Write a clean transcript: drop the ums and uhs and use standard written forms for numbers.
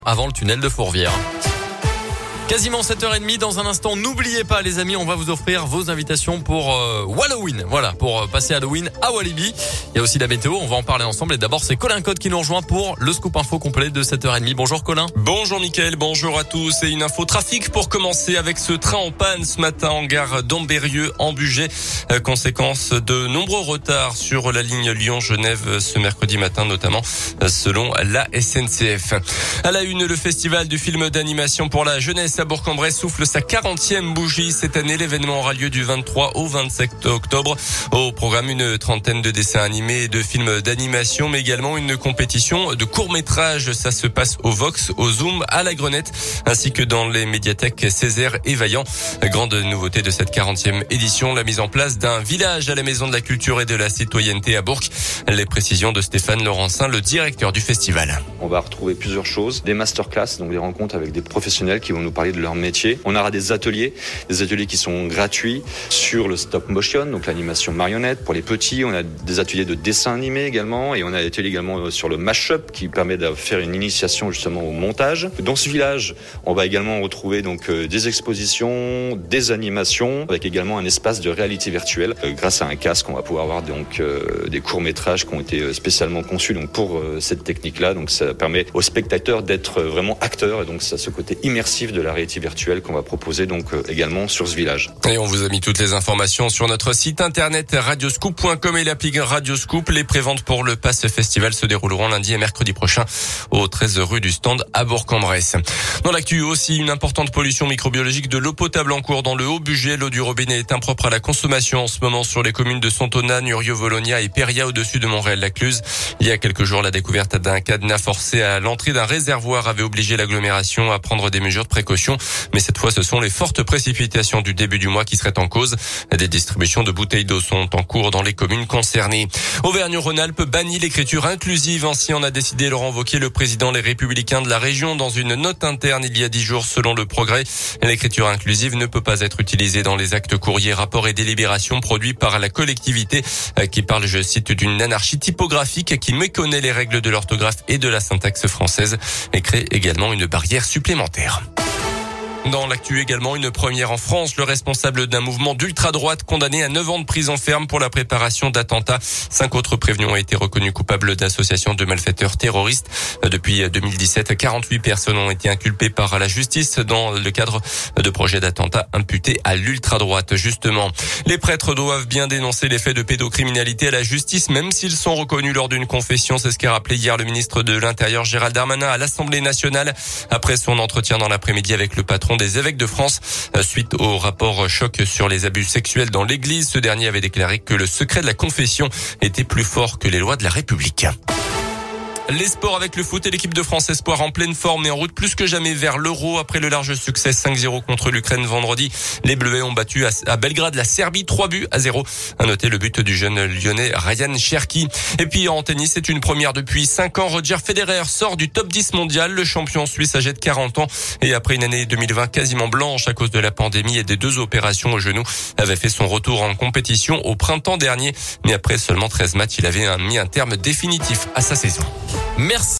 avant le tunnel de Fourvière. Quasiment 7h30 dans un instant. N'oubliez pas les amis, on va vous offrir vos invitations pour Halloween. Voilà, pour passer Halloween à Walibi. Il y a aussi la météo, on va en parler ensemble. Et d'abord, c'est Colin Cotte qui nous rejoint pour le scoop info complet de 7h30. Bonjour Colin. Bonjour Mickaël, bonjour à tous. Et une info trafic pour commencer avec ce train en panne ce matin en gare d'Ambérieu en Bugey. Conséquence de nombreux retards sur la ligne Lyon-Genève ce mercredi matin notamment selon la SNCF. À la une, le festival du film d'animation pour la jeunesse à Bourg-en-Bresse souffle sa 40e bougie cette année. L'événement aura lieu du 23 au 27 octobre. Au programme, une trentaine de dessins animés et de films d'animation, mais également une compétition de courts-métrages. Ça se passe au Vox, au Zoom, à la Grenette, ainsi que dans les médiathèques Césaire et Vaillant. Grande nouveauté de cette 40e édition, la mise en place d'un village à la Maison de la Culture et de la Citoyenneté à Bourg. Les précisions de Stéphane Laurencin, le directeur du festival. On va retrouver plusieurs choses, des masterclass, donc des rencontres avec des professionnels qui vont nous parler de leur métier. On aura des ateliers qui sont gratuits sur le stop motion, donc l'animation marionnette pour les petits. On a des ateliers de dessin animé également, et on a des ateliers également sur le mash-up qui permet de faire une initiation justement au montage. Dans ce village, on va également retrouver donc des expositions, des animations, avec également un espace de réalité virtuelle. Grâce à un casque, on va pouvoir avoir donc des courts-métrages qui ont été spécialement conçus donc pour cette technique-là. Donc ça permet aux spectateurs d'être vraiment acteurs, et donc ça, ce côté immersif de la réalité virtuelle qu'on va proposer donc également sur ce village. Et on vous a mis toutes les informations sur notre site internet radioscoop.com et l'appli Radioscoop. Les préventes pour le Pass Festival se dérouleront lundi et mercredi prochain au 13 rue du Stand à Bourg-en-Bresse. Dans l'actu aussi, une importante pollution microbiologique de l'eau potable en cours dans le Haut-Bugey. L'eau du robinet est impropre à la consommation en ce moment sur les communes de Santona, Nurio-Volonia et Péria au-dessus de Montréal-Lacluse. Il y a quelques jours, la découverte d'un cadenas forcé à l'entrée d'un réservoir avait obligé l'agglomération à prendre des mesures de précaution. Mais cette fois, ce sont les fortes précipitations du début du mois qui seraient en cause. Des distributions de bouteilles d'eau sont en cours dans les communes concernées. Auvergne-Rhône-Alpes bannit l'écriture inclusive. Ainsi en a décidé Laurent Wauquiez, le président Les Républicains de la région, dans une note interne il y a 10 jours selon Le Progrès. L'écriture inclusive ne peut pas être utilisée dans les actes courriers, rapports et délibérations produits par la collectivité qui parle, je cite, d'une anarchie typographique qui méconnaît les règles de l'orthographe et de la syntaxe française et crée également une barrière supplémentaire. Dans l'actu également, une première en France, le responsable d'un mouvement d'ultra-droite condamné à 9 ans de prison ferme pour la préparation d'attentats. 5 autres prévenus ont été reconnus coupables d'associations de malfaiteurs terroristes. Depuis 2017, 48 personnes ont été inculpées par la justice dans le cadre de projets d'attentats imputés à l'ultra-droite. Justement, les prêtres doivent bien dénoncer les faits de pédocriminalité à la justice, même s'ils sont reconnus lors d'une confession. C'est ce qu'a rappelé hier le ministre de l'Intérieur Gérald Darmanin à l'Assemblée nationale après son entretien dans l'après-midi avec le patron des évêques de France. Suite au rapport choc sur les abus sexuels dans l'église, ce dernier avait déclaré que le secret de la confession était plus fort que les lois de la République. Les sports avec le foot et l'équipe de France Espoir en pleine forme et en route plus que jamais vers l'Euro après le large succès 5-0 contre l'Ukraine vendredi. Les Bleus ont battu à Belgrade la Serbie 3-0. À noter le but du jeune lyonnais Ryan Cherki. Et puis en tennis, c'est une première depuis 5 ans. Roger Federer sort du top 10 mondial. Le champion suisse âgé de 40 ans et après une année 2020 quasiment blanche à cause de la pandémie et des 2 opérations au genou, avait fait son retour en compétition au printemps dernier. Mais après seulement 13 matchs, il avait mis un terme définitif à sa saison. Merci.